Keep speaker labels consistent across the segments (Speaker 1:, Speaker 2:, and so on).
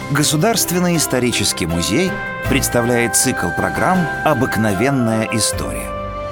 Speaker 1: Государственный исторический музей представляет цикл программ «Обыкновенная история».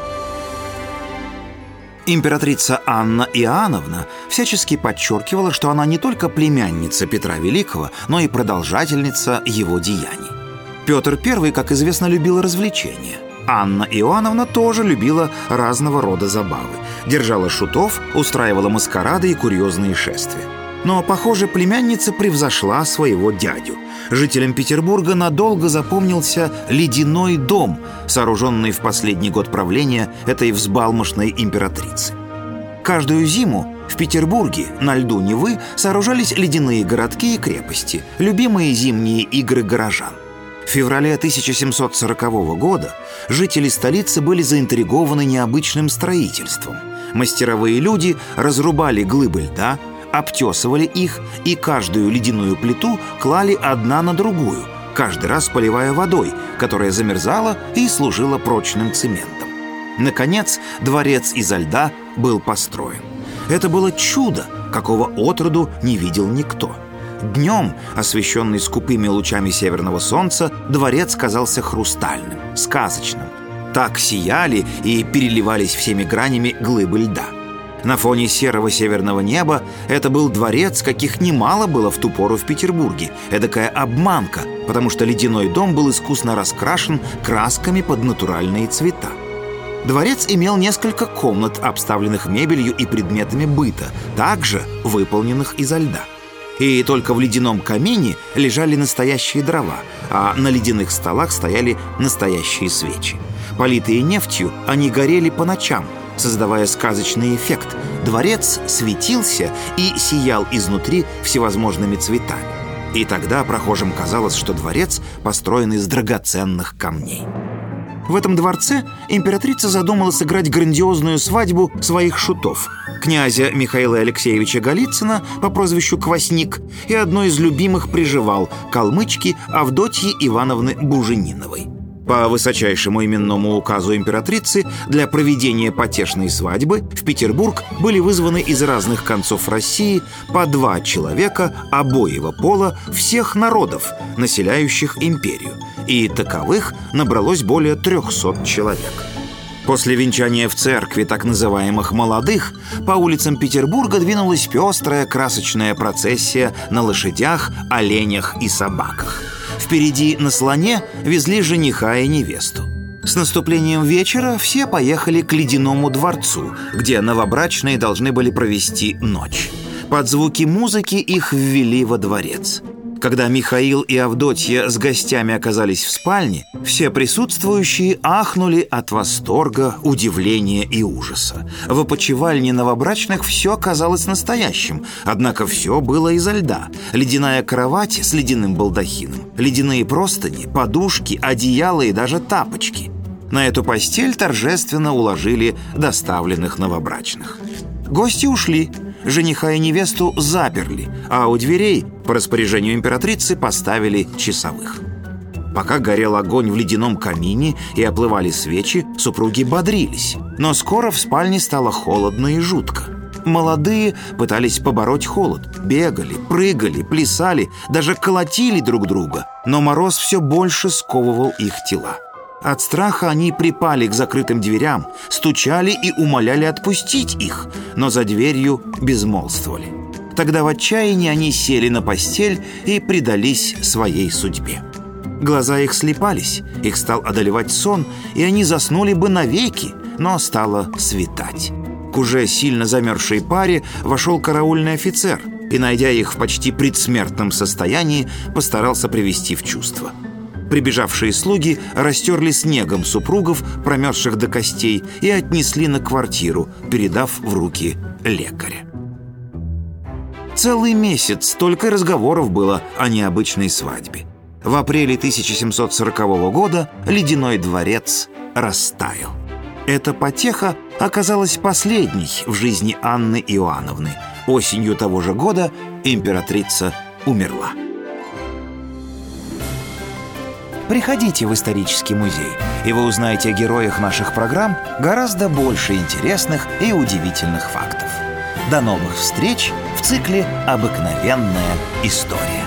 Speaker 1: Императрица Анна Иоанновна всячески подчеркивала, что она не только племянница Петра Великого, но и продолжательница его деяний. Петр I, как известно, любил развлечения. Анна Иоанновна тоже любила разного рода забавы. Держала шутов, устраивала маскарады и курьезные шествия. Но, похоже, племянница превзошла своего дядю. Жителям Петербурга надолго запомнился ледяной дом, сооруженный в последний год правления этой взбалмошной императрицы. Каждую зиму в Петербурге на льду Невы сооружались ледяные городки и крепости, любимые зимние игры горожан. В феврале 1740 года жители столицы были заинтригованы необычным строительством. Мастеровые люди разрубали глыбы льда, обтесывали их и каждую ледяную плиту клали одна на другую, каждый раз поливая водой, которая замерзала и служила прочным цементом. Наконец, дворец изо льда был построен. Это было чудо, какого отроду не видел никто. Днем, освещенный скупыми лучами северного солнца, дворец казался хрустальным, сказочным. Так сияли и переливались всеми гранями глыбы льда. На фоне серого северного неба это был дворец, каких немало было в ту пору в Петербурге. Эдакая обманка, потому что ледяной дом был искусно раскрашен красками под натуральные цвета. Дворец имел несколько комнат, обставленных мебелью и предметами быта, также выполненных изо льда. И только в ледяном камине лежали настоящие дрова, а на ледяных столах стояли настоящие свечи. Политые нефтью, они горели по ночам, создавая сказочный эффект. Дворец светился и сиял изнутри всевозможными цветами. И тогда прохожим казалось, что дворец построен из драгоценных камней. В этом дворце императрица задумала сыграть грандиозную свадьбу своих шутов: князя Михаила Алексеевича Голицына по прозвищу Квасник и одной из любимых приживал калмычки Авдотьи Ивановны Бужениновой. По высочайшему именному указу императрицы для проведения потешной свадьбы в Петербург были вызваны из разных концов России по 2 человека обоего пола всех народов, населяющих империю, и таковых набралось более 300 человек. После венчания в церкви так называемых «молодых» по улицам Петербурга двинулась пестрая красочная процессия на лошадях, оленях и собаках. Впереди на слоне везли жениха и невесту. С наступлением вечера все поехали к Ледяному дворцу, где новобрачные должны были провести ночь. Под звуки музыки их ввели во дворец. Когда Михаил и Авдотья с гостями оказались в спальне, все присутствующие ахнули от восторга, удивления и ужаса. В опочивальне новобрачных все казалось настоящим, однако все было изо льда. Ледяная кровать с ледяным балдахином, ледяные простыни, подушки, одеяла и даже тапочки. На эту постель торжественно уложили доставленных новобрачных. Гости ушли. Жениха и невесту заперли, а у дверей по распоряжению императрицы поставили часовых. Пока горел огонь в ледяном камине и оплывали свечи, супруги бодрились. Но скоро в спальне стало холодно и жутко. Молодые пытались побороть холод, бегали, прыгали, плясали, даже колотили друг друга, но мороз все больше сковывал их тела. От страха они припали к закрытым дверям, стучали и умоляли отпустить их, но за дверью безмолвствовали. Тогда в отчаянии они сели на постель и предались своей судьбе. Глаза их слипались, их стал одолевать сон, и они заснули бы навеки, но стало светать. К уже сильно замерзшей паре вошел караульный офицер и, найдя их в почти предсмертном состоянии, постарался привести в чувство. Прибежавшие слуги растерли снегом супругов, промерзших до костей, и отнесли на квартиру, передав в руки лекаря. Целый месяц только разговоров было о необычной свадьбе. В апреле 1740 года Ледяной дворец растаял. Эта потеха оказалась последней в жизни Анны Иоанновны. Осенью того же года императрица умерла. Приходите в исторический музей, и вы узнаете о героях наших программ гораздо больше интересных и удивительных фактов. До новых встреч в цикле «Обыкновенная история».